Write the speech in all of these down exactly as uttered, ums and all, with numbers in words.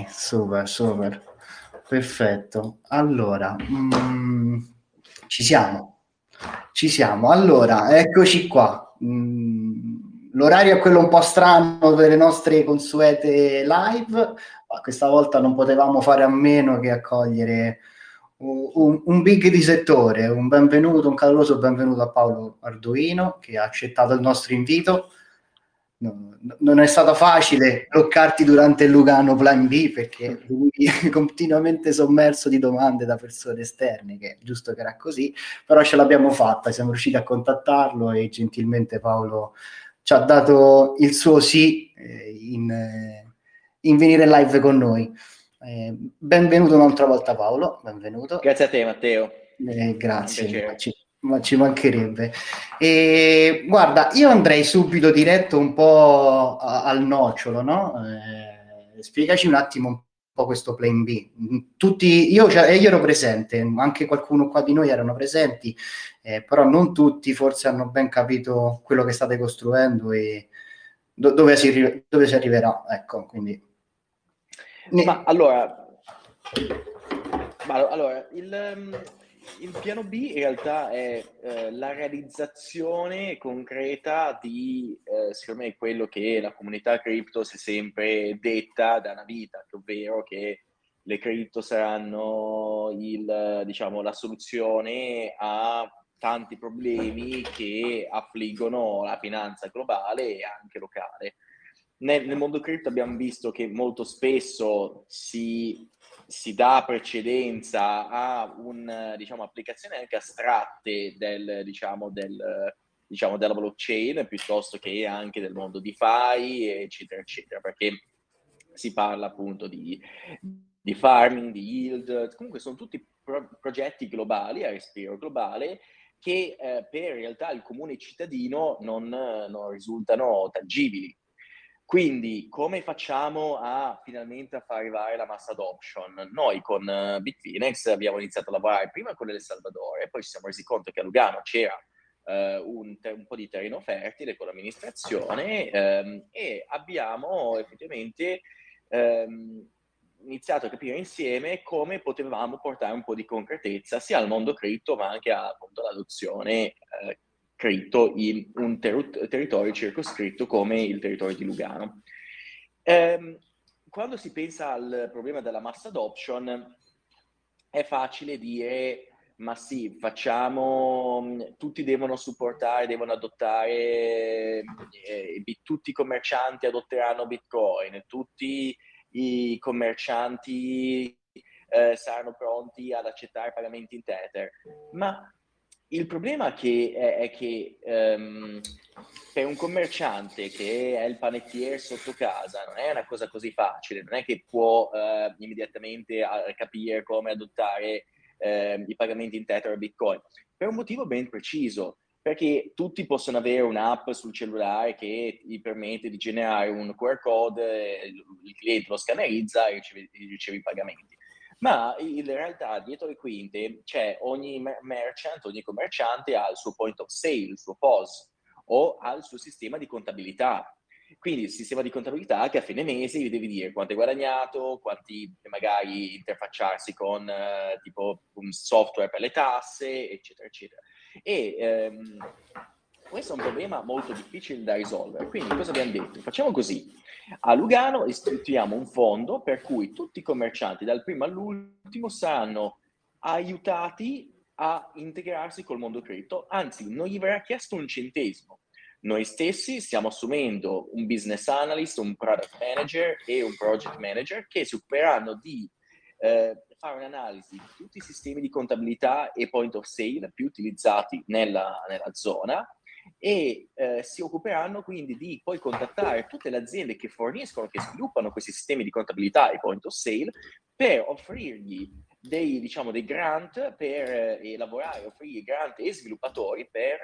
super, super. Perfetto. Allora, mhmm, ci siamo, ci siamo. Allora, eccoci qua. Mhmm, l'orario è quello un po' strano delle nostre consuete live, ma questa volta non potevamo fare a meno che accogliere u un un big di settore. Un benvenuto, un caloroso benvenuto a Paolo Arduino, che ha accettato il nostro invito. No, no, non è stato facile bloccarti durante il Lugano Plan B, perché lui continuamente sommerso di domande da persone esterne, che è giusto che era così, però ce l'abbiamo fatta, siamo riusciti a contattarlo e gentilmente Paolo ci ha dato il suo sì, ehm, in in venire live con noi. Ehm, benvenuto un'altra volta Paolo, benvenuto. Grazie a te, Matteo. Eh, Un grazie, ma piacere. ci, ma ci mancherebbe. E, guarda, io andrei subito diretto un po' a- al nocciolo, no? Eh, spiegaci un attimo un po' questo Plan B. Tutti, io, cioè, io ero presente, anche qualcuno qua di noi erano presenti, eh, però non tutti forse hanno ben capito quello che state costruendo e do- dove si, arri- dove si arriverà. Ecco, quindi. Ma Ne- allora, ma allora il, ehm, il piano B in realtà è eh, la realizzazione concreta di, eh, secondo me, quello che la comunità cripto si è sempre detta da una vita, ovvero che le cripto saranno il, diciamo, la soluzione a tanti problemi che affliggono la finanza globale e anche locale. Nel, nel mondo cripto abbiamo visto che molto spesso si, si dà precedenza a un, diciamo, applicazioni anche astratte del, diciamo, del, diciamo, della blockchain piuttosto che anche del mondo DeFi, eccetera, eccetera, perché si parla appunto di, di farming, di yield, comunque sono tutti pro- progetti globali, a respiro globale, che eh, per in realtà il comune cittadino non, non risultano tangibili. Quindi, come facciamo a finalmente a far arrivare la mass adoption? Noi con uh, Bitfinex abbiamo iniziato a lavorare prima con El Salvador e poi ci siamo resi conto che a Lugano c'era uh, un, te- un po' di terreno fertile con l'amministrazione um, e abbiamo effettivamente um, iniziato a capire insieme come potevamo portare un po' di concretezza sia al mondo cripto ma anche a, appunto, all'adozione uh, cripto in un ter- territorio circoscritto come il territorio di Lugano. Ehm, quando si pensa al problema della mass adoption, è facile dire, ma sì, facciamo, tutti devono supportare, devono adottare, eh, tutti i commercianti adotteranno Bitcoin, tutti i commercianti eh, saranno pronti ad accettare pagamenti in Tether. Ma il problema che è, è che um, per un commerciante che è il panettiere sotto casa non è una cosa così facile, non è che può uh, immediatamente uh, capire come adottare uh, i pagamenti in Tether e Bitcoin, per un motivo ben preciso, perché tutti possono avere un'app sul cellulare che gli permette di generare un Q R code, il cliente lo scannerizza e riceve, riceve i pagamenti. Ma in realtà dietro le quinte c'è ogni merchant, ogni commerciante ha il suo point of sale, il suo P O S o ha il suo sistema di contabilità. Quindi il sistema di contabilità che a fine mese gli devi dire quanto hai guadagnato, quanti magari interfacciarsi con eh, tipo un software per le tasse, eccetera, eccetera. E ehm, questo è un problema molto difficile da risolvere. Quindi cosa abbiamo detto? Facciamo così. A Lugano istituiamo un fondo per cui tutti i commercianti, dal primo all'ultimo, saranno aiutati a integrarsi col mondo cripto, anzi non gli verrà chiesto un centesimo. Noi stessi stiamo assumendo un business analyst, un product manager e un project manager che si occuperanno di eh, fare un'analisi di tutti i sistemi di contabilità e point of sale più utilizzati nella, nella zona e eh, si occuperanno quindi di poi contattare tutte le aziende che forniscono, che sviluppano questi sistemi di contabilità e point of sale per offrirgli dei, diciamo, dei grant per eh, lavorare, offrirgli grant e sviluppatori per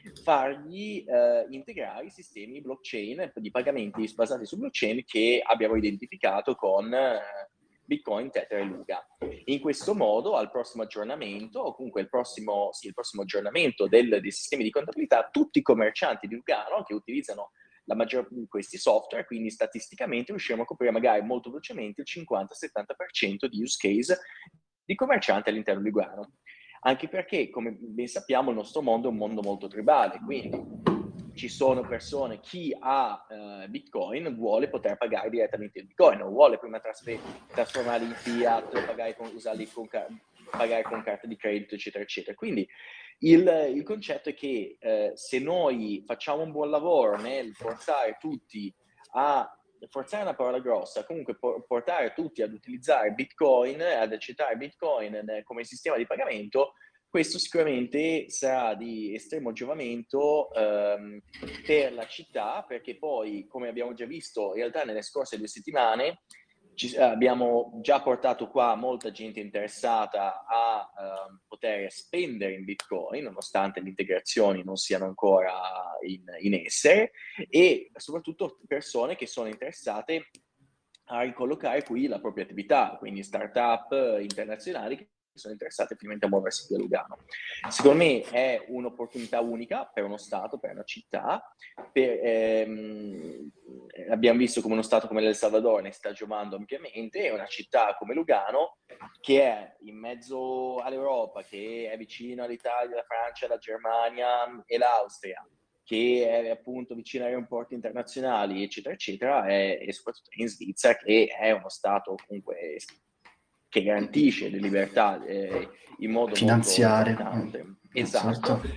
fargli eh, integrare i sistemi blockchain di pagamenti basati su blockchain che abbiamo identificato con eh, Bitcoin, Tether e Luga. In questo modo, al prossimo aggiornamento, o comunque il prossimo, sì, il prossimo aggiornamento del, dei sistemi di contabilità, tutti i commercianti di Lugano che utilizzano la maggior di questi software, quindi statisticamente riusciremo a coprire magari molto velocemente il cinquanta settanta per cento di use case di commercianti all'interno di Lugano. Anche perché, come ben sappiamo, il nostro mondo è un mondo molto tribale, quindi ci sono persone, chi ha uh, Bitcoin vuole poter pagare direttamente il Bitcoin, non vuole prima trasfer- trasformarli in fiat, pagare con, usarli con, pagare con carta di credito, eccetera, eccetera. Quindi il, il concetto è che eh, se noi facciamo un buon lavoro nel portare tutti a, forzare è una parola grossa, comunque por- portare tutti ad utilizzare Bitcoin, ad accettare Bitcoin come sistema di pagamento, questo sicuramente sarà di estremo giovamento ehm, per la città, perché poi, come abbiamo già visto, in realtà nelle scorse due settimane ci, abbiamo già portato qua molta gente interessata a eh, poter spendere in Bitcoin, nonostante le integrazioni non siano ancora in, in essere, e soprattutto persone che sono interessate a ricollocare qui la propria attività, quindi start-up internazionali che sono interessate finalmente a muoversi qui a Lugano. Secondo me è un'opportunità unica per uno Stato, per una città. Per, ehm, abbiamo visto come uno Stato come l'El Salvador ne sta giovando ampiamente, e una città come Lugano, che è in mezzo all'Europa, che è vicino all'Italia, la Francia, la Germania e l'Austria, che è appunto vicino ai aeroporti internazionali, eccetera, eccetera, e, e soprattutto in Svizzera, che è uno Stato comunque che garantisce le libertà eh, in modo finanziarie. molto importante. Eh, Esatto. certo.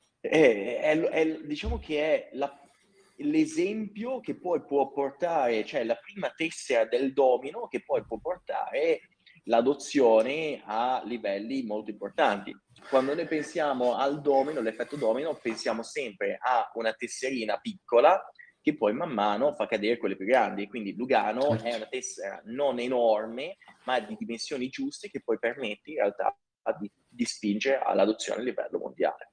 È, è, è, diciamo che è la, l'esempio che poi può portare, cioè la prima tessera del domino che poi può portare l'adozione a livelli molto importanti. Quando noi pensiamo al domino, l'effetto domino, pensiamo sempre a una tesserina piccola che poi man mano fa cadere quelle più grandi. Quindi Lugano Certo. è una tessera non enorme, ma di dimensioni giuste, che poi permette in realtà di, di spingere all'adozione a livello mondiale.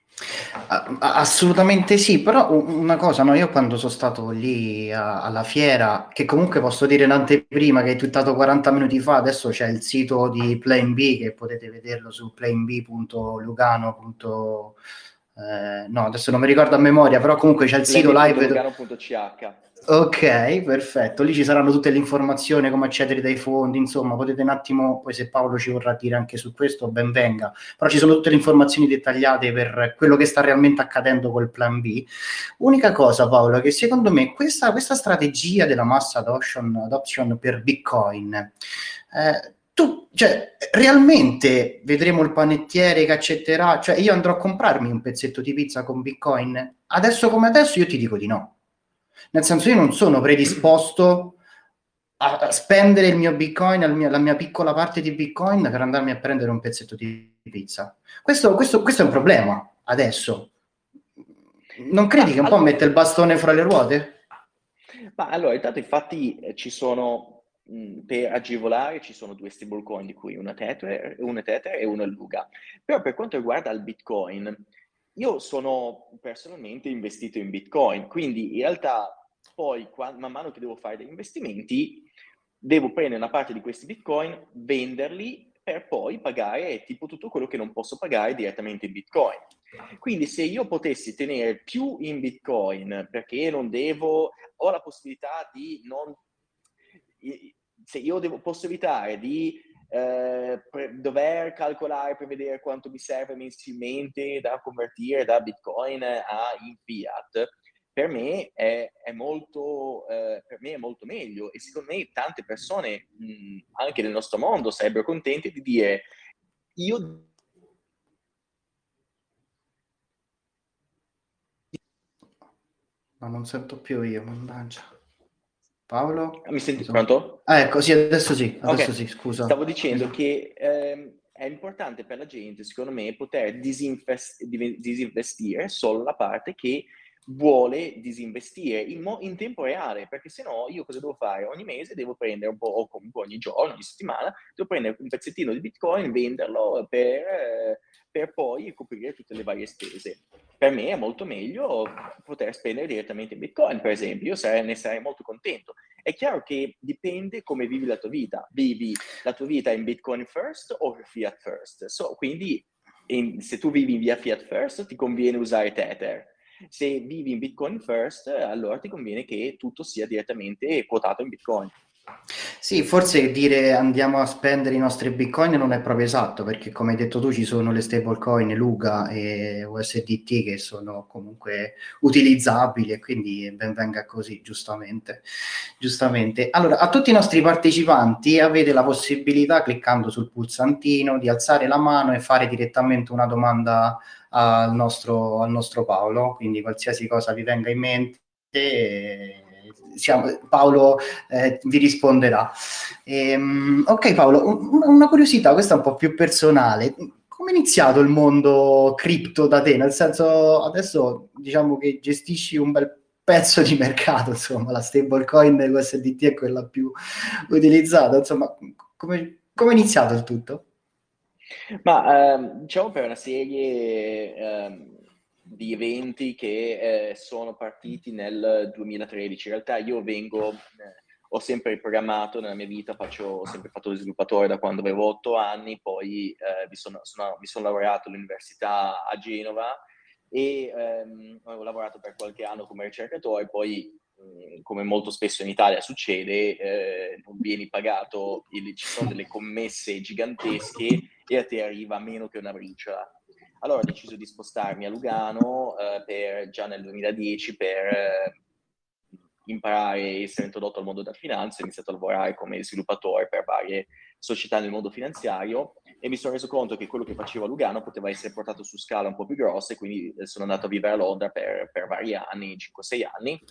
Assolutamente sì, però una cosa, no, io quando sono stato lì a, alla fiera, che comunque posso dire in anteprima che hai twittato quaranta minuti fa, adesso c'è il sito di Plan B che potete vederlo su planb punto lugano punto eh, no, adesso non mi ricordo a memoria, però comunque c'è il sito live. planb punto lugano punto c h. Ok, perfetto. Lì ci saranno tutte le informazioni, come accedere dai fondi, insomma, potete un attimo, poi se Paolo ci vorrà dire anche su questo, ben venga. Però ci sono tutte le informazioni dettagliate per quello che sta realmente accadendo col Plan B. Unica cosa, Paolo, che secondo me questa, questa strategia della mass adoption, adoption per Bitcoin, eh, tu, cioè, realmente vedremo il panettiere che accetterà, cioè io andrò a comprarmi un pezzetto di pizza con Bitcoin? Adesso come adesso io ti dico di no. Nel senso, io non sono predisposto a, a spendere il mio Bitcoin, la mia, la mia piccola parte di Bitcoin per andarmi a prendere un pezzetto di pizza. Questo, questo, questo è un problema adesso. Non credi Ma, che un po' allora, mette il bastone fra le ruote? ma allora, intanto infatti eh, ci sono, mh, per agevolare, ci sono due stablecoin, di cui una Tether, una Tether e una Luga. Però per quanto riguarda il Bitcoin, io sono personalmente investito in Bitcoin, quindi in realtà poi, qua, man mano che devo fare degli investimenti, devo prendere una parte di questi Bitcoin, venderli per poi pagare tipo tutto quello che non posso pagare direttamente in Bitcoin. Quindi se io potessi tenere più in Bitcoin, perché non devo, ho la possibilità di non, se io devo, posso evitare di eh, pre- dover calcolare per vedere quanto mi serve mensilmente da convertire da Bitcoin a in fiat, per me è, è molto eh, per me è molto meglio, e secondo me tante persone mh, anche nel nostro mondo sarebbero contente di dire io. Ma non sento più io, mannaggia. Paolo? Mi Mi senti son- pronto? Ah, ecco, sì, adesso sì, adesso sì, Ok, scusa. stavo Mi dicendo son- che ehm, è importante per la gente, secondo me, poter disinvest- disinvestire solo la parte che vuole disinvestire in, mo- in tempo reale, perché se no io cosa devo fare? Ogni mese devo prendere un po', o comunque ogni giorno, ogni settimana, devo prendere un pezzettino di Bitcoin, venderlo per, eh, per poi coprire tutte le varie spese. Per me è molto meglio poter spendere direttamente in Bitcoin, per esempio. Io sarei, ne sarei molto contento. È chiaro che dipende come vivi la tua vita. Vivi la tua vita in Bitcoin first o fiat first? So, quindi in, se tu vivi via fiat first ti conviene usare Tether. Se vivi in Bitcoin First, allora ti conviene che tutto sia direttamente quotato in Bitcoin. Sì, forse dire andiamo a spendere i nostri bitcoin non è proprio esatto, perché come hai detto tu ci sono le stablecoin Luga e U S D T che sono comunque utilizzabili e quindi ben venga così, giustamente. Giustamente. Allora, a tutti i nostri partecipanti avete la possibilità, cliccando sul pulsantino, di alzare la mano e fare direttamente una domanda al nostro, al nostro Paolo, quindi qualsiasi cosa vi venga in mente. eh, siamo- Paolo eh, vi risponderà. Ehm, ok Paolo, un- una curiosità, questa è un po' più personale. Come è iniziato il mondo cripto da te? Nel senso, adesso diciamo che gestisci un bel pezzo di mercato, insomma, la stablecoin U S D T è quella più utilizzata, insomma, come, come è iniziato il tutto? Ma ehm, diciamo per una serie ehm, di eventi che eh, sono partiti nel duemilatredici. In realtà io vengo, eh, ho sempre programmato nella mia vita, faccio, ho sempre fatto lo sviluppatore da quando avevo otto anni, poi eh, mi sono, sono- mi sono laureato all'università a Genova e ehm, ho lavorato per qualche anno come ricercatore, poi mh, come molto spesso in Italia succede, eh, non vieni pagato, il- ci sono delle commesse gigantesche e a te arriva meno che una briciola. Allora ho deciso di spostarmi a Lugano eh, per, già nel duemiladieci per eh, imparare e essere introdotto al mondo della finanza. Ho iniziato a lavorare come sviluppatore per varie società nel mondo finanziario e mi sono reso conto che quello che facevo a Lugano poteva essere portato su scala un po' più grossa e quindi sono andato a vivere a Londra per, per vari anni, cinque sei anni.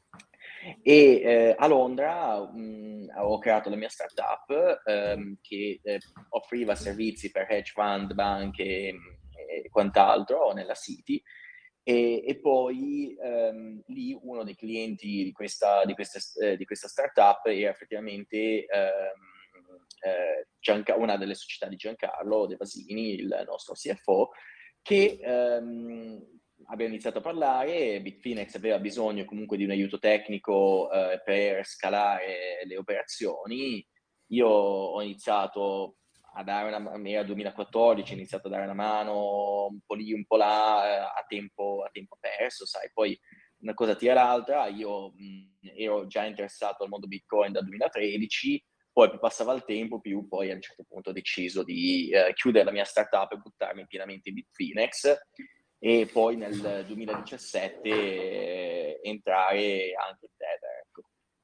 E eh, a Londra mh, ho creato la mia startup ehm, che eh, offriva servizi per hedge fund, banche e quant'altro nella City. E, e poi ehm, lì uno dei clienti di questa, di questa, eh, di questa startup era effettivamente ehm, eh, Gianca- una delle società di Giancarlo De Vasini, il nostro C F O, che ehm, abbiamo iniziato a parlare. Bitfinex aveva bisogno comunque di un aiuto tecnico eh, per scalare le operazioni. Io ho iniziato a dare una, era duemilaquattordici, ho iniziato a dare una mano un po' lì, un po' là, eh, a tempo, a tempo perso, sai, poi una cosa tira l'altra. Io mh, ero già interessato al mondo Bitcoin dal duemilatredici, poi più passava il tempo, più poi a un certo punto ho deciso di eh, chiudere la mia startup e buttarmi pienamente in Bitfinex e poi nel duemiladiciassette eh, entrare anche in Tether, ecco.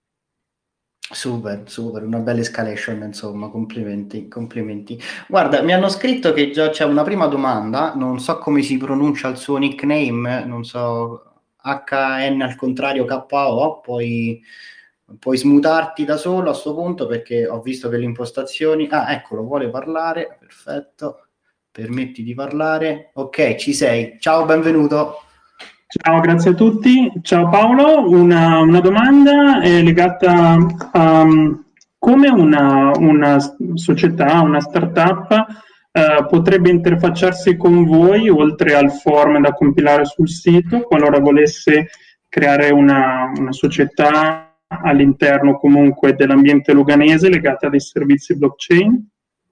Super, super, una bella escalation, insomma, complimenti, complimenti. Guarda, mi hanno scritto che già c'è una prima domanda, non so come si pronuncia il suo nickname, non so, H N al contrario K O, puoi, puoi smutarti da solo a sto punto perché ho visto che le impostazioni... Ah, eccolo, vuole parlare, perfetto, permetti di parlare, ok, ci sei, ciao, benvenuto. Ciao, grazie a tutti. Ciao Paolo, una, una domanda è legata a um, come una, una società, una startup eh, potrebbe interfacciarsi con voi oltre al form da compilare sul sito qualora volesse creare una, una società all'interno comunque dell'ambiente luganese legata a dei servizi blockchain?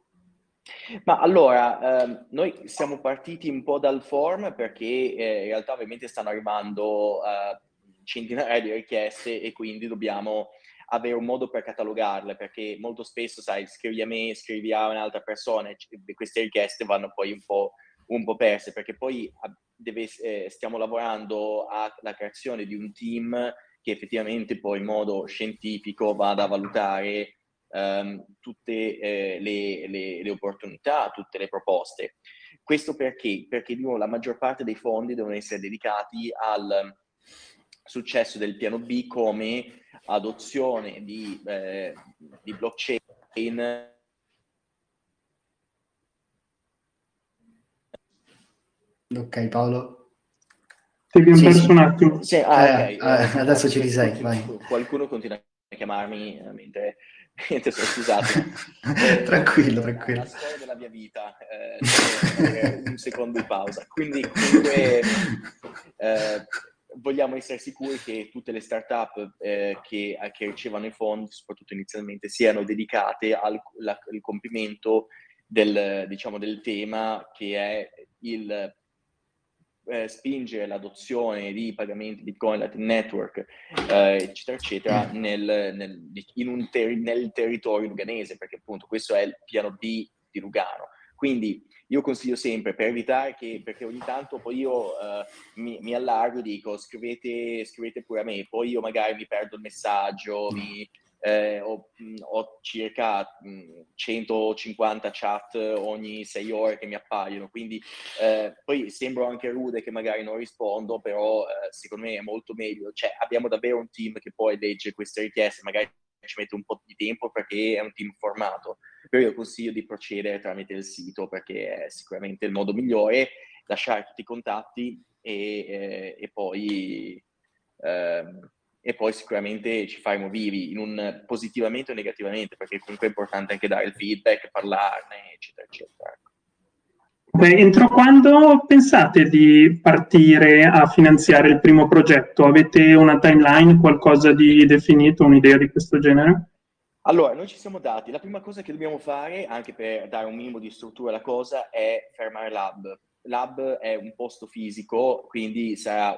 Ma allora, ehm, noi siamo partiti un po' dal form perché eh, in realtà ovviamente stanno arrivando eh, centinaia di richieste e quindi dobbiamo avere un modo per catalogarle, perché molto spesso, sai, scrivi a me, scrivi a un'altra persona e c- e queste richieste vanno poi un po', un po' perse, perché poi ah, deve- eh, stiamo lavorando alla creazione di un team che effettivamente poi in modo scientifico vada a valutare ehm, tutte eh, le, le, le opportunità, tutte le proposte. Questo perché? Perché di nuovo, la maggior parte dei fondi devono essere dedicati al successo del piano B come adozione di, eh, di blockchain. Ok, Paolo. Ti abbiamo Sì, perso sì. un attimo. Sì, ah, ok, Eh, eh, eh, no, adesso ci perché risei, continu- vai. qualcuno continua a chiamarmi eh, mentre, mentre sono scusatemi. Eh, Tranquillo, la, la tranquillo. storia della mia vita, eh, devo avere un secondo di pausa. Quindi comunque eh, vogliamo essere sicuri che tutte le startup eh, che, che ricevono i fondi, soprattutto inizialmente, siano dedicate al, la, al compimento del, diciamo, del tema che è il eh, spingere l'adozione di pagamenti Bitcoin, Lightning Network, eh, eccetera, eccetera, nel, nel, in un ter- nel territorio luganese, perché appunto questo è il piano B di Lugano. Quindi io consiglio sempre, per evitare che, perché ogni tanto poi io eh, mi, mi allargo e dico scrivete, scrivete pure a me, poi io magari mi perdo il messaggio, mi, eh, ho, mh, ho circa mh, centocinquanta chat ogni sei ore che mi appaiono, quindi eh, poi sembro anche rude che magari non rispondo, però eh, secondo me è molto meglio, cioè abbiamo davvero un team che poi legge queste richieste, magari ci mette un po' di tempo perché è un team formato, però io consiglio di procedere tramite il sito perché è sicuramente il modo migliore, lasciare tutti i contatti e, eh, e poi ehm, e poi sicuramente ci faremo vivi in un positivamente o negativamente, perché comunque è importante anche dare il feedback, parlarne, eccetera, eccetera. Beh, entro quando pensate di partire a finanziare il primo progetto? Avete una timeline, qualcosa di definito, un'idea di questo genere? Allora, noi ci siamo dati, la prima cosa che dobbiamo fare, anche per dare un minimo di struttura alla cosa, è fermare l'hub. L'hub è un posto fisico, quindi sarà,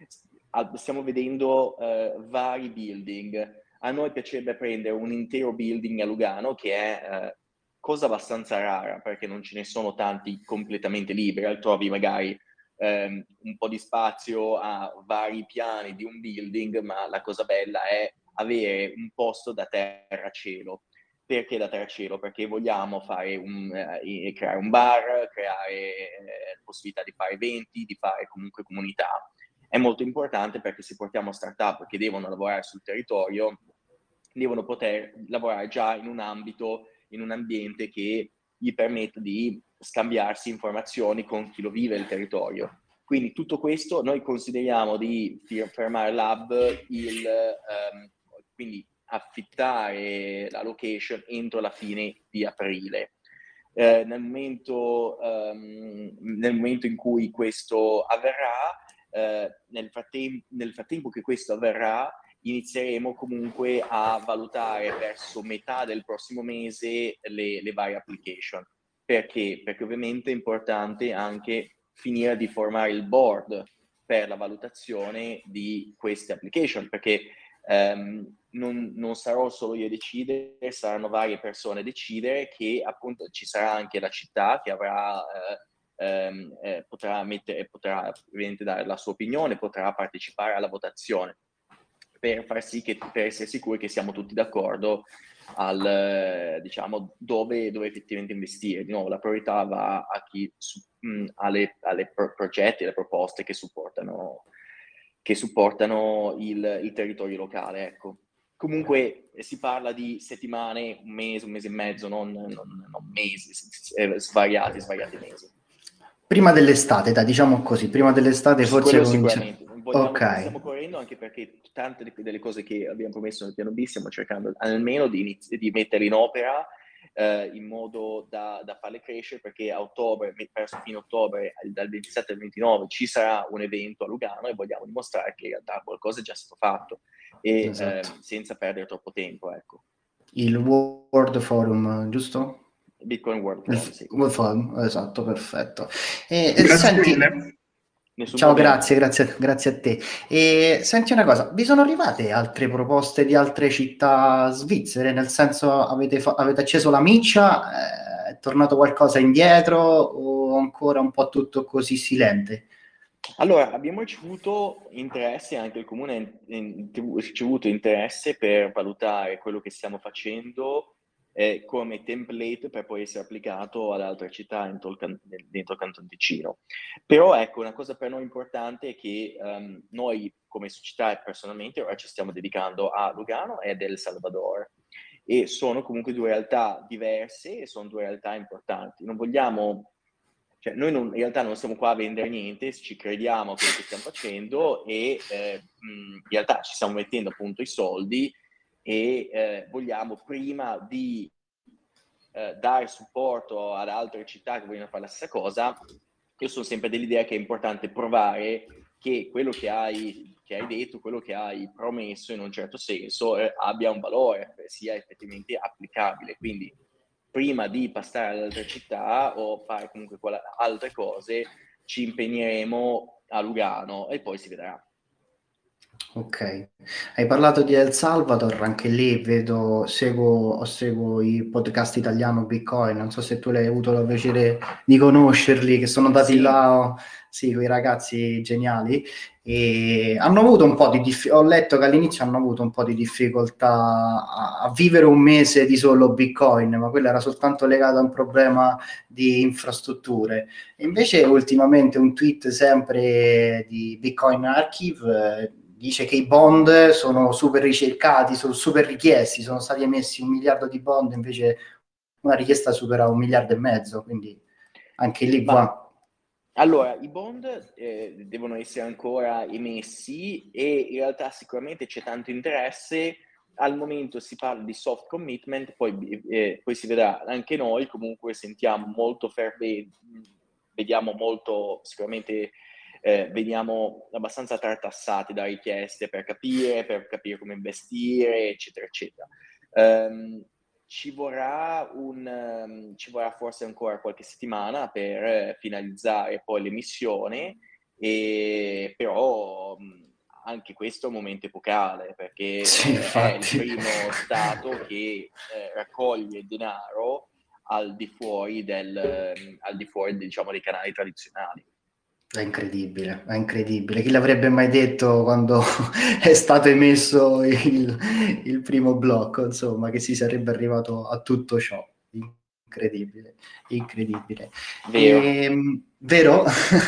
stiamo vedendo eh, vari building. A noi piacerebbe prendere un intero building a Lugano, che è eh, cosa abbastanza rara, perché non ce ne sono tanti completamente liberi, trovi magari ehm, un po' di spazio a vari piani di un building, ma la cosa bella è avere un posto da terra-cielo. Perché da terra-cielo? Perché vogliamo fare un, eh, creare un bar, creare eh, possibilità di fare eventi, di fare comunque comunità. È molto importante perché se portiamo start-up che devono lavorare sul territorio, devono poter lavorare già in un ambito, in un ambiente che gli permetta di scambiarsi informazioni con chi lo vive il territorio. Quindi tutto questo noi consideriamo di fermare l'hub, il, um, quindi affittare la location entro la fine di aprile. Eh, nel, momento, um, nel momento in cui questo avverrà, eh, nel, frattem- nel frattempo che questo avverrà, inizieremo comunque a valutare verso metà del prossimo mese le, le varie application. Perché? Perché ovviamente è importante anche finire di formare il board per la valutazione di queste application, perché ehm, non, non sarò solo io a decidere, saranno varie persone a decidere, che appunto ci sarà anche la città che avrà... Eh, ehm, eh, potrà, mettere, potrà ovviamente dare la sua opinione, potrà partecipare alla votazione per far sì che, per essere sicuri che siamo tutti d'accordo al, diciamo, dove, dove effettivamente investire. Di nuovo, la priorità va a chi, su, mh, alle, alle pro- progetti, alle proposte che supportano, che supportano il, il territorio locale, ecco. Comunque si parla di settimane, un mese, un mese e mezzo, non, non, non mesi, eh, svariati, svariati mesi. Prima dell'estate, dai, diciamo così, prima dell'estate forse Quello comincia... sicuramente. Vogliamo, Ok. stiamo correndo anche perché tante delle cose che abbiamo promesso nel piano B stiamo cercando almeno di, inizi- di mettere in opera eh, in modo da, da farle crescere, perché a ottobre, verso fine ottobre, dal ventisette al ventinove, ci sarà un evento a Lugano e vogliamo dimostrare che in realtà qualcosa è già stato fatto e Esatto. eh, senza perdere troppo tempo, ecco. Il World Forum, giusto? Bitcoin World Forum, sì. Il World Forum, esatto, perfetto. E, e Grazie senti, mille. Nessun ciao, problema. grazie, grazie, grazie a te. E senti una cosa, vi sono arrivate altre proposte di altre città svizzere? Nel senso, avete, fa- avete acceso la miccia, eh, è tornato qualcosa indietro o ancora un po' tutto così silente? Allora, abbiamo ricevuto interesse, anche il comune ha ricevuto interesse per valutare quello che stiamo facendo eh, come template per poi essere applicato ad altre città dentro il, can- dentro il Canton Ticino. Però ecco, una cosa per noi importante è che um, noi come società e personalmente ora ci stiamo dedicando a Lugano e ad El Salvador. E sono comunque due realtà diverse e sono due realtà importanti. Non vogliamo... Cioè, noi non, in realtà non siamo qua a vendere niente, ci crediamo a quello che stiamo facendo e eh, mh, in realtà ci stiamo mettendo appunto i soldi e eh, vogliamo prima di eh, dare supporto ad altre città che vogliono fare la stessa cosa, io sono sempre dell'idea che è importante provare che quello che hai, che hai detto, quello che hai promesso in un certo senso eh, abbia un valore, sia effettivamente applicabile. Quindi prima di passare ad altre città o fare comunque altre cose, ci impegneremo a Lugano e poi si vedrà. Ok, hai parlato di El Salvador, anche lì vedo, seguo, seguo i podcast italiano Bitcoin, non so se tu l'hai avuto il piacere di conoscerli, che sono andati Sì. là, sì, quei ragazzi geniali, e hanno avuto un po' di difficoltà, ho letto che all'inizio hanno avuto un po' di difficoltà a, a vivere un mese di solo Bitcoin, ma quello era soltanto legato a un problema di infrastrutture. E invece ultimamente un tweet sempre di Bitcoin Archive eh, dice che i bond sono super ricercati, sono super richiesti, sono stati emessi un miliardo di bond, invece una richiesta supera un miliardo e mezzo, quindi anche lì Ma, va. allora, i bond eh, devono essere ancora emessi e in realtà sicuramente c'è tanto interesse. Al momento si parla di soft commitment, poi, eh, poi si vedrà. Anche noi comunque sentiamo molto ferve, vediamo molto, sicuramente eh, veniamo abbastanza tartassati da richieste per capire, per capire come investire, eccetera, eccetera. Um, ci vorrà, un, um, ci vorrà forse ancora qualche settimana per eh, finalizzare poi l'emissione, e, però um, anche questo è un momento epocale, perché Sì, eh, è il infatti. primo Stato che eh, raccoglie denaro al di fuori, del, um, al di fuori diciamo, dei canali tradizionali. È incredibile, è incredibile. Chi l'avrebbe mai detto quando è stato emesso il, il primo blocco, insomma, che si sarebbe arrivato a tutto ciò. Incredibile, incredibile. Vero. Ehm, vero?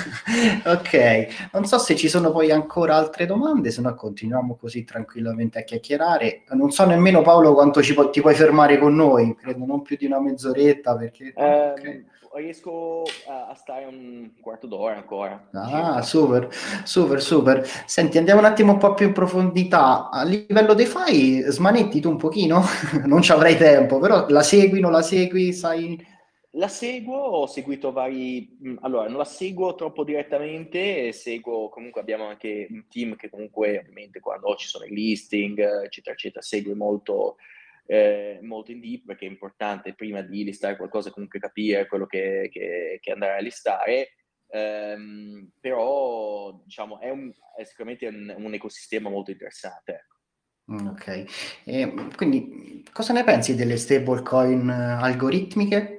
Ok, non so se ci sono poi ancora altre domande, se no continuiamo così tranquillamente a chiacchierare. Non so nemmeno, Paolo, quanto ci pu- ti puoi fermare con noi, credo non più di una mezz'oretta, perché... no? Ok. Um, riesco a, a stare un quarto d'ora ancora, Ah, circa. super, super, super. Senti, andiamo un attimo un po' più in profondità. A livello dei fai, smanetti tu un pochino? Non ci avrai tempo, però la segui, non la segui, sai... La seguo, ho seguito vari... Allora, non la seguo troppo direttamente, seguo, comunque abbiamo anche un team che comunque, ovviamente, quando ci sono i listing, eccetera, eccetera, segue molto, eh, molto in deep, perché è importante, prima di listare qualcosa, comunque capire quello che, che, che andrà a listare. Um, però, diciamo, è, un, è sicuramente un, un ecosistema molto interessante. Ok. E, quindi, cosa ne pensi delle stablecoin algoritmiche?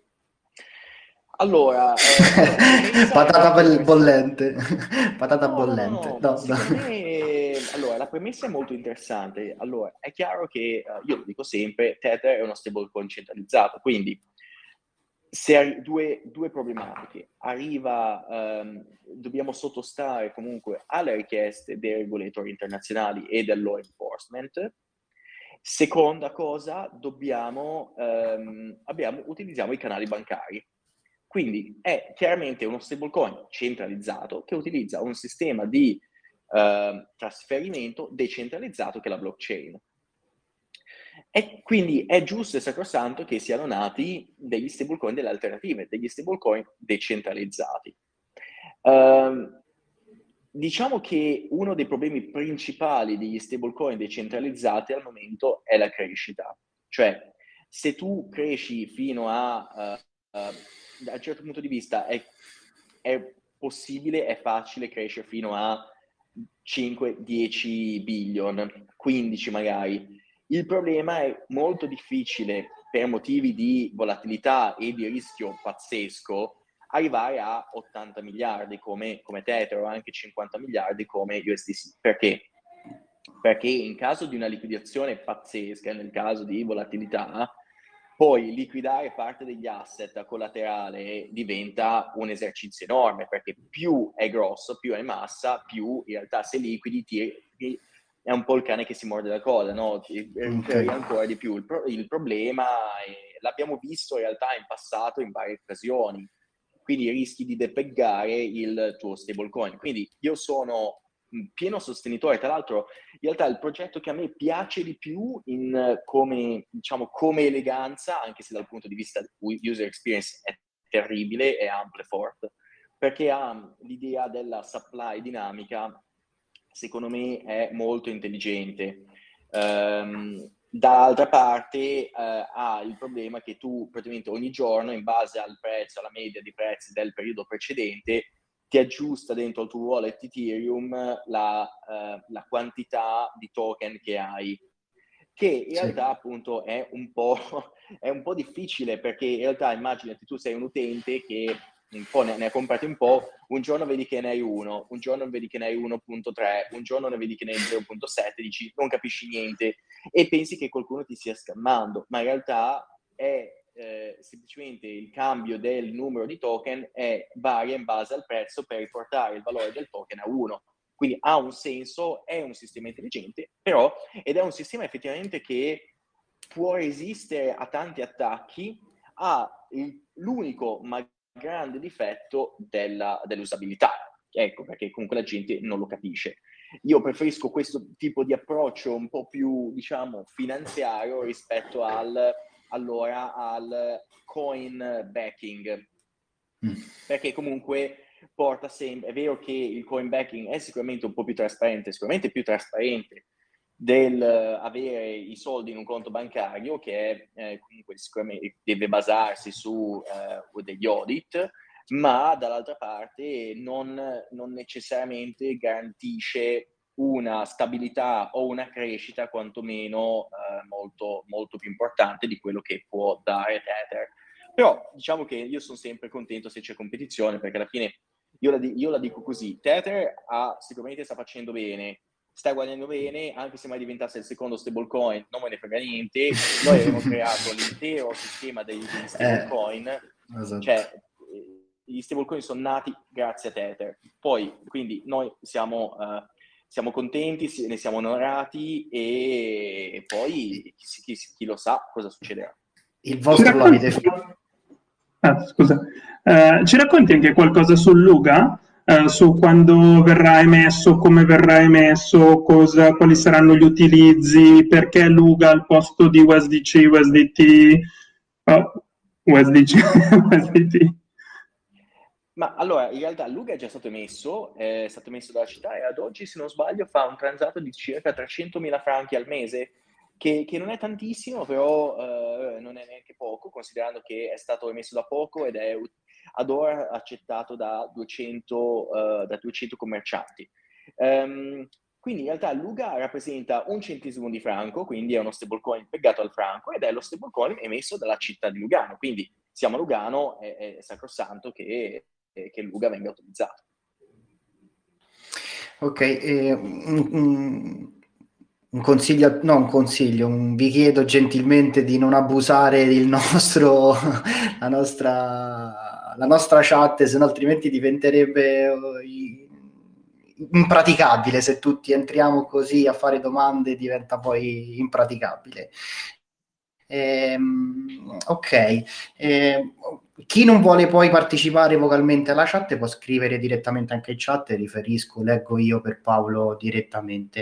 Allora, eh, allora, la premessa è Patata molto bel- interessante. bollente. Patata No, no, no, bollente. no, No, no. secondo me, allora, la premessa è molto interessante. Allora, è chiaro che, uh, io lo dico sempre, Tether è uno stablecoin centralizzato, quindi se arri- due, due problematiche. Arriva, um, dobbiamo sottostare comunque alle richieste dei regolatori internazionali e del law enforcement. Seconda cosa, dobbiamo, um, abbiamo, utilizziamo i canali bancari. Quindi è chiaramente uno stablecoin centralizzato che utilizza un sistema di uh, trasferimento decentralizzato che è la blockchain. E quindi è giusto e sacrosanto che siano nati degli stablecoin delle alternative, degli stablecoin decentralizzati. Um, diciamo che uno dei problemi principali degli stablecoin decentralizzati al momento è la crescita. Cioè, se tu cresci fino a... Uh, uh, da un certo punto di vista è, è possibile, è facile crescere fino a cinque dieci billion, quindici magari. Il problema è molto difficile per motivi di volatilità e di rischio pazzesco arrivare a ottanta miliardi come, come Tether o anche cinquanta miliardi come U S D C. Perché? Perché in caso di una liquidazione pazzesca, nel caso di volatilità, poi liquidare parte degli asset a collaterale diventa un esercizio enorme, perché più è grosso, più è massa, più in realtà se liquidi ti, ti, è un po' il cane che si morde la coda, no? Ti Ok. ancora di più. Il, pro, il problema è, l'abbiamo visto in realtà in passato in varie occasioni, quindi rischi di depeggare il tuo stablecoin. Quindi io sono un pieno sostenitore, tra l'altro in realtà il progetto che a me piace di più in come, diciamo, come eleganza, anche se dal punto di vista user experience è terribile, è Amplifort, perché ha l'idea della supply dinamica, secondo me è molto intelligente. Um, dall'altra parte uh, ha il problema che tu praticamente ogni giorno, in base al prezzo, alla media di prezzi del periodo precedente, ti aggiusta dentro il tuo wallet Ethereum la, uh, la quantità di token che hai, che in Sì. realtà appunto è un po', è un po' difficile, perché in realtà immaginati tu sei un utente che un po' ne, ne ha comprati un po', un giorno vedi che ne hai uno, un giorno vedi che ne hai uno virgola tre, un giorno ne vedi che ne hai zero virgola sette, dici non capisci niente e pensi che qualcuno ti stia scammando, ma in realtà è eh, semplicemente il cambio del numero di token è varia in base al prezzo per riportare il valore del token a uno. Quindi ha un senso, è un sistema intelligente, però, ed è un sistema effettivamente che può resistere a tanti attacchi, ha il, l'unico ma grande difetto della, dell'usabilità. Ecco, perché comunque la gente non lo capisce. Io preferisco questo tipo di approccio un po' più, diciamo, finanziario rispetto al, allora, al coin backing. Mm. Perché comunque porta sempre, è vero che il coin backing è sicuramente un po' più trasparente, sicuramente più trasparente del uh, avere i soldi in un conto bancario, che è, eh, comunque sicuramente deve basarsi su uh, degli audit, ma dall'altra parte non, non necessariamente garantisce una stabilità o una crescita quantomeno uh, molto, molto più importante di quello che può dare Tether. Però diciamo che io sono sempre contento se c'è competizione, perché alla fine io la, io la dico così: Tether ha, sicuramente sta facendo bene, sta guadagnando bene, anche se mai diventasse il secondo stablecoin non me ne frega niente. Noi abbiamo creato l'intero sistema degli, degli stablecoin, eh, esatto. Cioè gli stablecoin sono nati grazie a Tether, poi quindi noi siamo, uh, siamo contenti, ne siamo onorati, e poi chi, chi, chi lo sa cosa succederà. Il vostro l'avete fatto. Ah, scusa, uh, ci racconti anche qualcosa sul Luga? Uh, su quando verrà emesso, come verrà emesso, cosa, quali saranno gli utilizzi, perché Luga al posto di U S D C, U S D T, oh, U S D C, U S D T? Ma allora, in realtà Luga è già stato emesso, è stato emesso dalla città e ad oggi, se non sbaglio, fa un transato di circa trecentomila franchi al mese, che, che non è tantissimo, però eh, non è neanche poco, considerando che è stato emesso da poco ed è ad ora accettato da duecento, uh, da duecento commercianti. Um, quindi in realtà Luga rappresenta un centesimo di franco, quindi è uno stablecoin legato al franco, ed è lo stablecoin emesso dalla città di Lugano, quindi siamo a Lugano, è, è sacrosanto che, che Luga venga utilizzato. Ok, eh, un, un consiglio, no un consiglio, un, vi chiedo gentilmente di non abusare del nostro, la nostra, la nostra chat, se no altrimenti diventerebbe impraticabile. Se tutti entriamo così a fare domande diventa poi impraticabile. Ehm, ok, ehm, chi non vuole poi partecipare vocalmente alla chat può scrivere direttamente anche in chat, riferisco, leggo io per Paolo direttamente.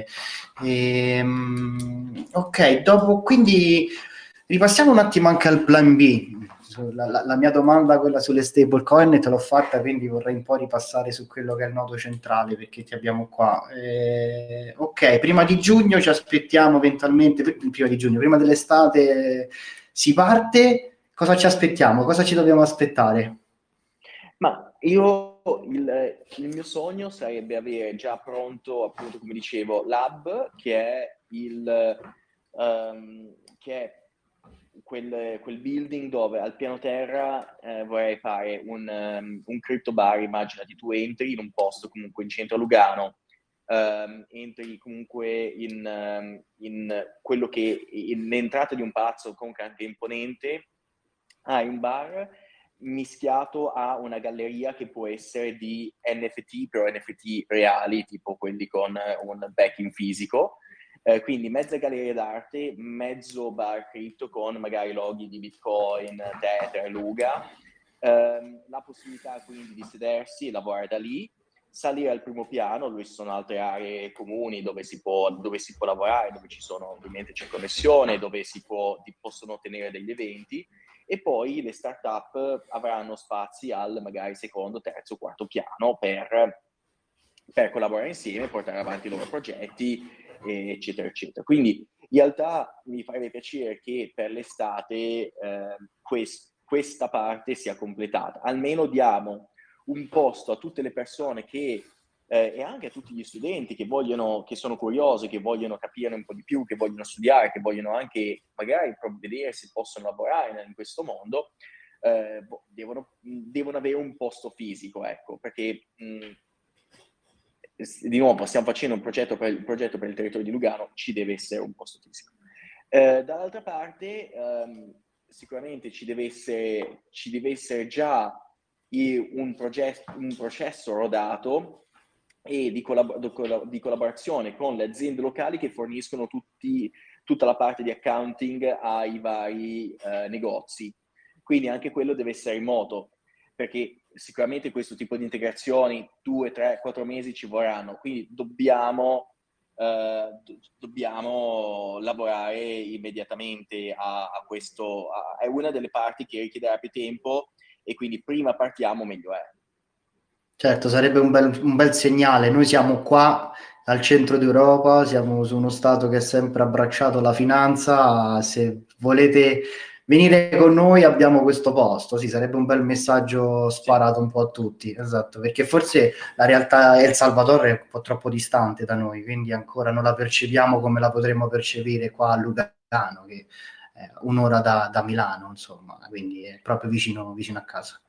Ehm, ok, dopo, quindi ripassiamo un attimo anche al plan B. La, la, la mia domanda, quella sulle stablecoin, te l'ho fatta, quindi vorrei un po' ripassare su quello che è il nodo centrale, perché ti abbiamo qua. Eh, ok, prima di giugno ci aspettiamo eventualmente, prima di giugno, prima dell'estate si parte, cosa ci aspettiamo? Cosa ci dobbiamo aspettare? Ma io, il, il mio sogno sarebbe avere già pronto, appunto, come dicevo, l'hub, che è il um, che è quel, quel building dove al piano terra eh, vorrei fare un, um, un crypto bar. Immaginati, tu entri in un posto comunque in centro a Lugano, um, entri comunque in, um, in quello che in l'entrata di un palazzo comunque anche imponente, hai un bar mischiato a una galleria che può essere di N F T, però N F T reali, tipo quelli con un backing fisico. Eh, quindi mezza galleria d'arte, mezzo bar cripto con magari loghi di Bitcoin, Tether, Luga. Eh, la possibilità quindi di sedersi e lavorare da lì, salire al primo piano dove ci sono altre aree comuni dove si può, dove si può lavorare, dove ci sono, ovviamente c'è connessione, dove si può, possono tenere degli eventi, e poi le start-up avranno spazi al magari secondo, terzo, quarto piano per, per collaborare insieme, portare avanti i loro progetti, eccetera, eccetera. Quindi in realtà mi farebbe piacere che per l'estate eh, quest, questa parte sia completata. Almeno diamo un posto a tutte le persone che, eh, e anche a tutti gli studenti che vogliono, che sono curiosi, che vogliono capire un po' di più, che vogliono studiare, che vogliono anche magari vedere se possono lavorare in questo mondo, eh, devono, devono avere un posto fisico, ecco, perché mh, di nuovo stiamo facendo un progetto per, il progetto per il territorio di Lugano, ci deve essere un posto fisico. Eh, dall'altra parte, ehm, sicuramente ci deve essere, ci deve essere già un, progetto, un processo rodato e di, collab- di collaborazione con le aziende locali che forniscono tutti, tutta la parte di accounting ai vari eh, negozi. Quindi anche quello deve essere in moto, perché sicuramente questo tipo di integrazioni due, tre, quattro mesi ci vorranno, quindi dobbiamo, eh, do- dobbiamo lavorare immediatamente a, a questo. A, è una delle parti che richiederà più tempo e quindi prima partiamo meglio è. Certo, sarebbe un bel, un bel segnale. Noi siamo qua al centro d'Europa, siamo su uno Stato che ha sempre abbracciato la finanza. Se volete venire con noi abbiamo questo posto. Sì, sarebbe un bel messaggio sparato un po' a tutti. Esatto, perché forse la realtà El Salvador è un po' troppo distante da noi, quindi ancora non la percepiamo come la potremmo percepire qua a Lugano, che è un'ora da, da Milano, insomma, quindi è proprio vicino, vicino a casa.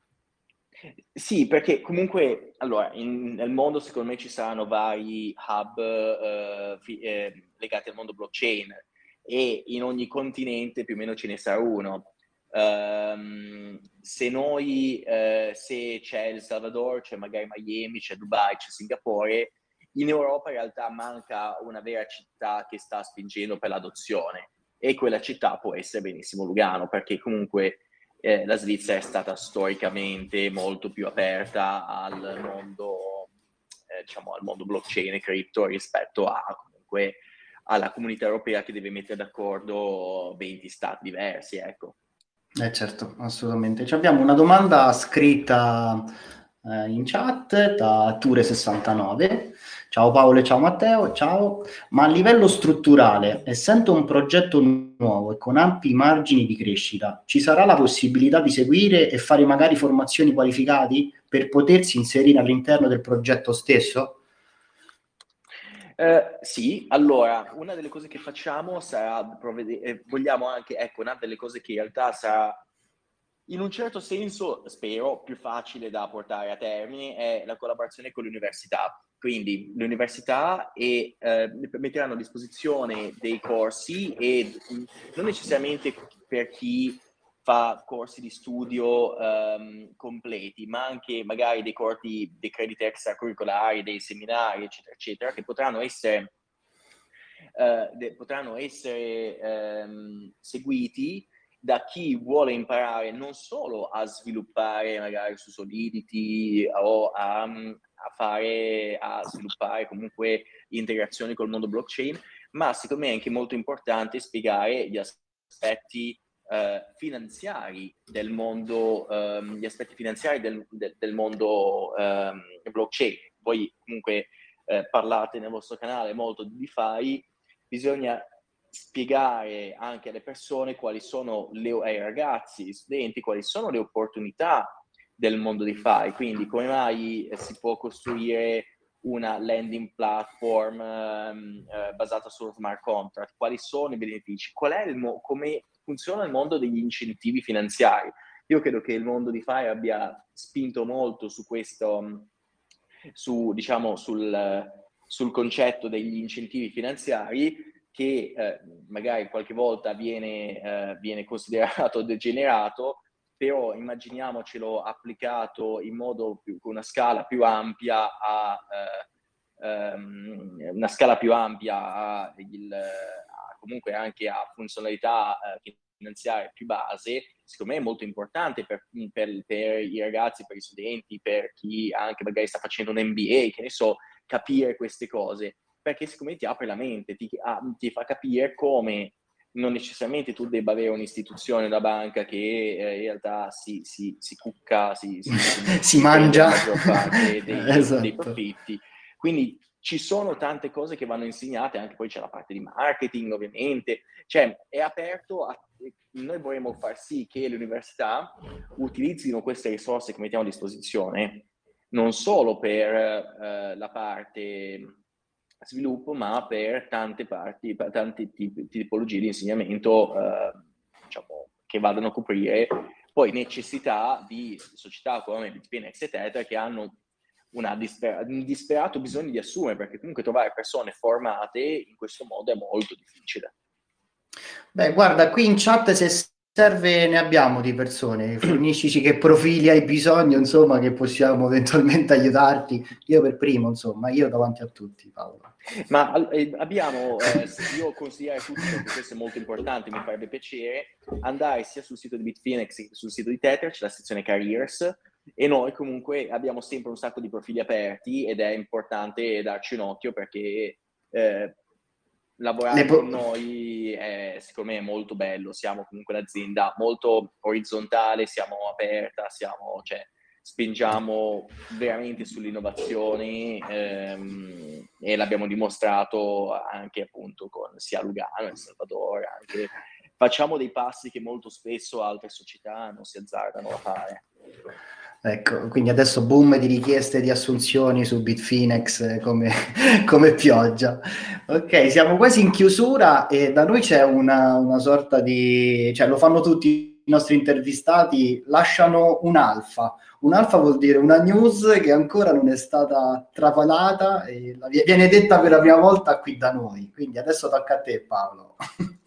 Sì, perché comunque, allora, in, nel mondo secondo me ci saranno vari hub eh, fi, eh, legati al mondo blockchain e in ogni continente più o meno ce ne sarà uno. Um, se noi, eh, se c'è El Salvador, c'è magari Miami, c'è Dubai, c'è Singapore, in Europa in realtà manca una vera città che sta spingendo per l'adozione e quella città può essere benissimo Lugano, perché comunque Eh, la Svizzera è stata storicamente molto più aperta al mondo, eh, diciamo, al mondo blockchain e cripto rispetto a comunque alla comunità europea che deve mettere d'accordo venti stati diversi, ecco. Eh certo, assolutamente. Ci abbiamo una domanda scritta eh, in chat da Ture sessantanove. Ciao Paolo e ciao Matteo, ciao. Ma a livello strutturale, essendo un progetto nuovo e con ampi margini di crescita, ci sarà la possibilità di seguire e fare magari formazioni qualificate per potersi inserire all'interno del progetto stesso? Eh, sì, allora, una delle cose che facciamo sarà provvedere, eh, vogliamo anche, ecco, una delle cose che in realtà sarà in un certo senso, spero, più facile da portare a termine è la collaborazione con le università. Quindi le università e, eh, metteranno a disposizione dei corsi e non necessariamente per chi fa corsi di studio um, completi, ma anche magari dei corsi, dei crediti extracurricolari, dei seminari, eccetera, eccetera, che potranno essere, uh, de, potranno essere um, seguiti da chi vuole imparare non solo a sviluppare magari su Solidity o a, a fare, a sviluppare comunque integrazioni col mondo blockchain, ma secondo me è anche molto importante spiegare gli aspetti eh, finanziari del mondo, ehm, gli aspetti finanziari del, del, del mondo ehm, blockchain. Voi comunque eh, parlate nel vostro canale molto di DeFi, bisogna spiegare anche alle persone quali sono le, ai ragazzi, agli studenti, quali sono le opportunità del mondo DeFi, quindi come mai eh, si può costruire una landing platform ehm, eh, basata sullo smart contract, quali sono i benefici, qual è il mo- come funziona il mondo degli incentivi finanziari. Io credo che il mondo DeFi abbia spinto molto su questo, su, diciamo, sul, sul concetto degli incentivi finanziari, che eh, magari qualche volta viene, eh, viene considerato degenerato, però immaginiamocelo applicato in modo più, con una scala più ampia a eh, ehm, una scala più ampia a, il, a comunque anche a funzionalità eh, finanziarie più base, secondo me è molto importante per, per, per i ragazzi, per gli studenti, per chi anche magari sta facendo un M B A, che ne so, capire queste cose, perché secondo me ti apre la mente, ti, ah, ti fa capire come non necessariamente tu debba avere un'istituzione, una banca che eh, in realtà si, si, si cucca, si, si, si, si si mangia prende la maggior parte dei, esatto. dei profitti. Quindi ci sono tante cose che vanno insegnate, anche poi c'è la parte di marketing ovviamente, cioè è aperto a, noi vorremmo far sì che le università utilizzino queste risorse che mettiamo a disposizione non solo per eh, la parte sviluppo, ma per tante parti, per tante tipi, tipologie di insegnamento eh, diciamo, che vadano a coprire poi necessità di società come Bitfinex eccetera, che hanno una disper- un disperato bisogno di assumere, perché comunque trovare persone formate in questo modo è molto difficile. Beh, guarda, qui in chat se serve ne abbiamo di persone, forniscici che profili hai bisogno, insomma, che possiamo eventualmente aiutarti. Io per primo, insomma, io davanti a tutti, Paolo. Ma eh, abbiamo, eh, io consigliare a tutti, perché questo è molto importante, mi farebbe piacere, andare sia sul sito di Bitfinex che sul sito di Tether, c'è la sezione Careers, e noi comunque abbiamo sempre un sacco di profili aperti ed è importante darci un occhio perché eh, lavorare po- con noi è, secondo me è molto bello, siamo comunque un'azienda molto orizzontale, siamo aperta, siamo, cioè, spingiamo veramente sull'innovazione ehm, e l'abbiamo dimostrato anche appunto con sia Lugano, El Salvador, anche facciamo dei passi che molto spesso altre società non si azzardano a fare. Ecco, quindi adesso boom di richieste di assunzioni su Bitfinex come, come pioggia. Ok, siamo quasi in chiusura e da noi c'è una, una sorta di... cioè lo fanno tutti i nostri intervistati, lasciano un'alfa. Un'alfa vuol dire una news che ancora non è stata trapalata e viene detta per la prima volta qui da noi. Quindi adesso tocca a te, Paolo.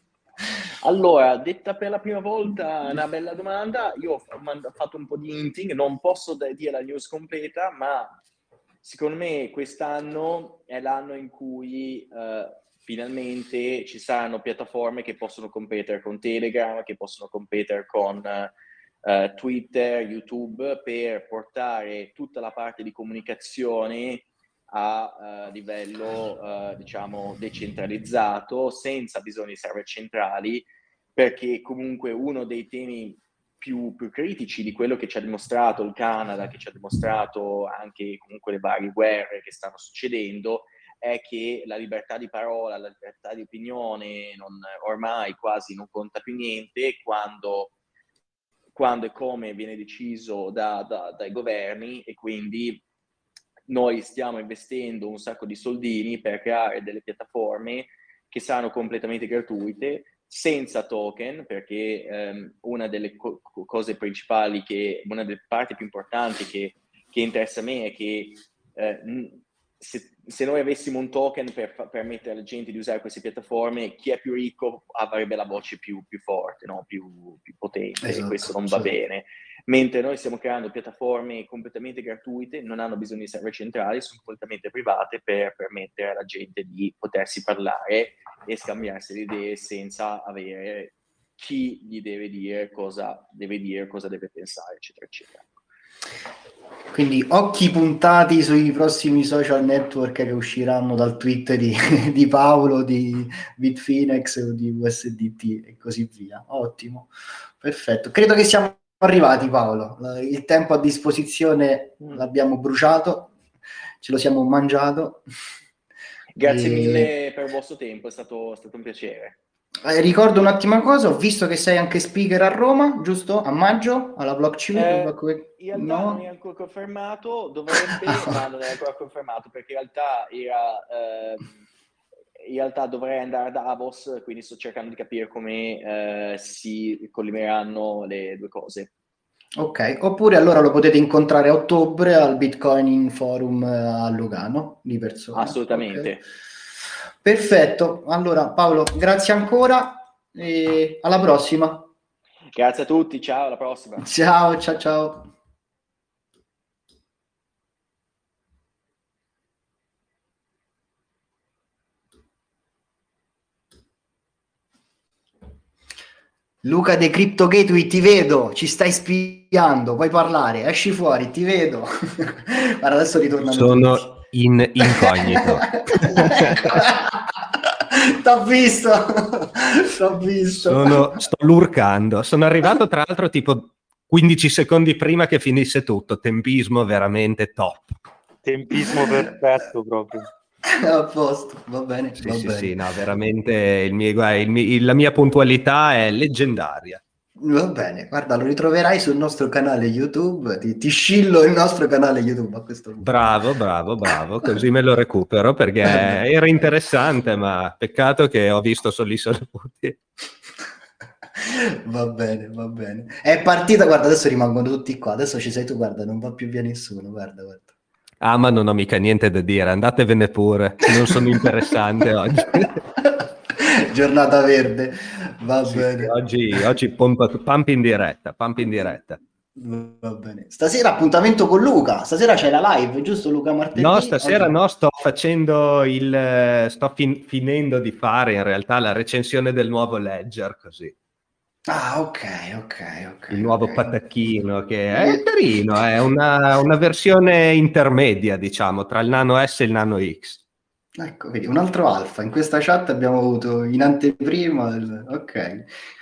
Allora, detta per la prima volta, una bella domanda. Io ho fatto un po' di hinting, non posso dire la news completa, ma secondo me quest'anno è l'anno in cui eh, finalmente ci saranno piattaforme che possono competere con Telegram, che possono competere con eh, Twitter, YouTube, per portare tutta la parte di comunicazione a uh, livello uh, diciamo decentralizzato, senza bisogno di server centrali, perché comunque uno dei temi più, più critici di quello che ci ha dimostrato il Canada, che ci ha dimostrato anche comunque le varie guerre che stanno succedendo, è che la libertà di parola, la libertà di opinione non, ormai quasi non conta più niente quando, quando e come viene deciso da, da, dai governi, e quindi noi stiamo investendo un sacco di soldini per creare delle piattaforme che saranno completamente gratuite, senza token, perché ehm, una delle co- cose principali, che una delle parti più importanti che, che interessa a me è che eh, se, se noi avessimo un token per fa- permettere alla gente di usare queste piattaforme, chi è più ricco avrebbe la voce più, più forte, no? più, più potente, esatto, e questo non va sì. bene. Mentre noi stiamo creando piattaforme completamente gratuite, non hanno bisogno di server centrali, sono completamente private, per permettere alla gente di potersi parlare e scambiarsi le idee senza avere chi gli deve dire cosa deve dire, cosa deve pensare, eccetera, eccetera. Quindi occhi puntati sui prossimi social network che usciranno dal tweet di, di Paolo, di Bitfinex o di U S D T e così via. Ottimo, perfetto. Credo che siamo arrivati, Paolo. Il tempo a disposizione l'abbiamo bruciato, ce lo siamo mangiato. Grazie e... mille per il vostro tempo, è stato, è stato un piacere. Eh, ricordo un'ottima cosa, ho visto che sei anche speaker a Roma, giusto? A maggio, alla Blockchain? Eh, Block... in realtà no? non è ancora confermato, dovrebbe, ma non è ancora confermato, perché in realtà era... Ehm, in realtà dovrei andare a Davos, quindi sto cercando di capire come eh, si collineeranno le due cose. Ok, oppure allora lo potete incontrare a ottobre al Bitcoin Forum a Lugano di persona. Assolutamente. Okay. Perfetto, allora Paolo, grazie ancora e alla prossima. Grazie a tutti, ciao, alla prossima. Ciao, ciao, ciao. Luca De Crypto Gateway, ti vedo, ci stai spiando, puoi parlare, esci fuori, ti vedo. Guarda, adesso ritornano Sono tutti. in incognito. T'ho visto, t'ho visto. Sono, sto lurcando. Sono arrivato tra l'altro tipo quindici secondi prima che finisse tutto. Tempismo veramente top. Tempismo perfetto proprio. A posto, va bene, Sì, va sì, bene. sì, no, veramente il mio, guarda, il mi- il- la mia puntualità è leggendaria. Va bene, guarda, lo ritroverai sul nostro canale YouTube, ti, ti scillo il nostro canale YouTube a questo punto. Bravo, bravo, bravo, così me lo recupero perché Va bene. era interessante, ma peccato che ho visto solo i saluti. Va bene, va bene. È partita, guarda, adesso rimangono tutti qua, adesso ci sei tu, guarda, non va più via nessuno, guarda, guarda. Ah, ma non ho mica niente da dire, andatevene pure, non sono interessante oggi. Giornata verde, va Sì, sì, bene. oggi, oggi pompa, pump in diretta, pump in diretta. Va bene. Stasera appuntamento con Luca, stasera c'è la live, giusto Luca, No, martedì? stasera Oggi... no, sto facendo il, eh, sto fin- finendo di fare in realtà la recensione del nuovo Ledger, così. Ah, ok, ok, ok, Il ok. nuovo patacchino che è carino, è una, una versione intermedia, diciamo, tra il Nano S e il Nano X. Ecco, vedi, un altro alfa. In questa chat abbiamo avuto in anteprima, il... ok.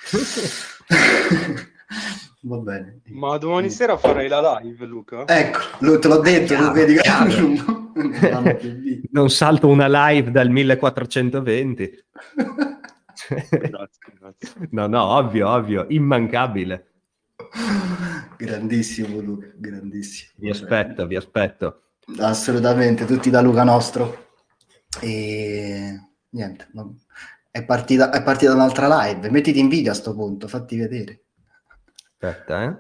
Va bene. Ma domani sera farai la live, Luca? Ecco, lo- te l'ho detto, Chiaro, lo vedi che chiaro. non vanno più via. Non salto una live dal millequattrocentoventi. Grazie, grazie. No, no, ovvio, ovvio, immancabile. Grandissimo Luca, grandissimo. Vi Va bene. aspetto, vi aspetto. Assolutamente, tutti da Luca nostro. E niente, no. È partita, è partita un'altra live. Mettiti in video a sto punto, fatti vedere. Aspetta, eh.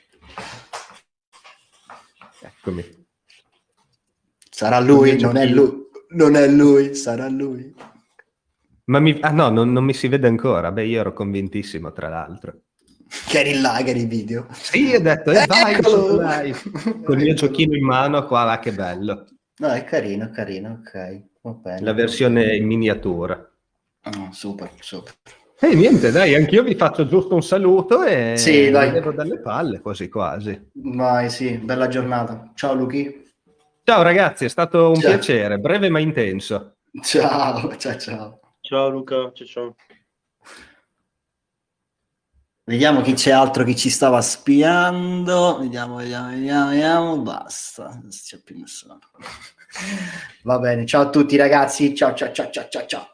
Eccomi. Sarà lui, non è lui, non è lui, sarà lui. Ma mi... Ah no, non, non mi si vede ancora. Beh, io ero convintissimo, tra l'altro. Che eri là, che eri in video. Sì, ho detto, e eh, vai, Eccolo! live. Con il mio giochino in mano, qua, va, che bello. No, è carino, è carino, ok. Va bene. La versione in miniatura. Oh, super, super. E eh, niente, dai, anch'io vi faccio giusto un saluto e sì, dai. mi levo dalle palle, quasi quasi. Vai, sì, bella giornata. Ciao, Luchi. Ciao ragazzi, è stato un ciao. piacere, breve ma intenso. Ciao, ciao, ciao. Ciao Luca, ciao ciao. Vediamo chi c'è altro che ci stava spiando. Vediamo, vediamo, vediamo, vediamo. Basta, non c'è più nessuno. Va bene, ciao a tutti ragazzi. Ciao, ciao, ciao, ciao, ciao, ciao.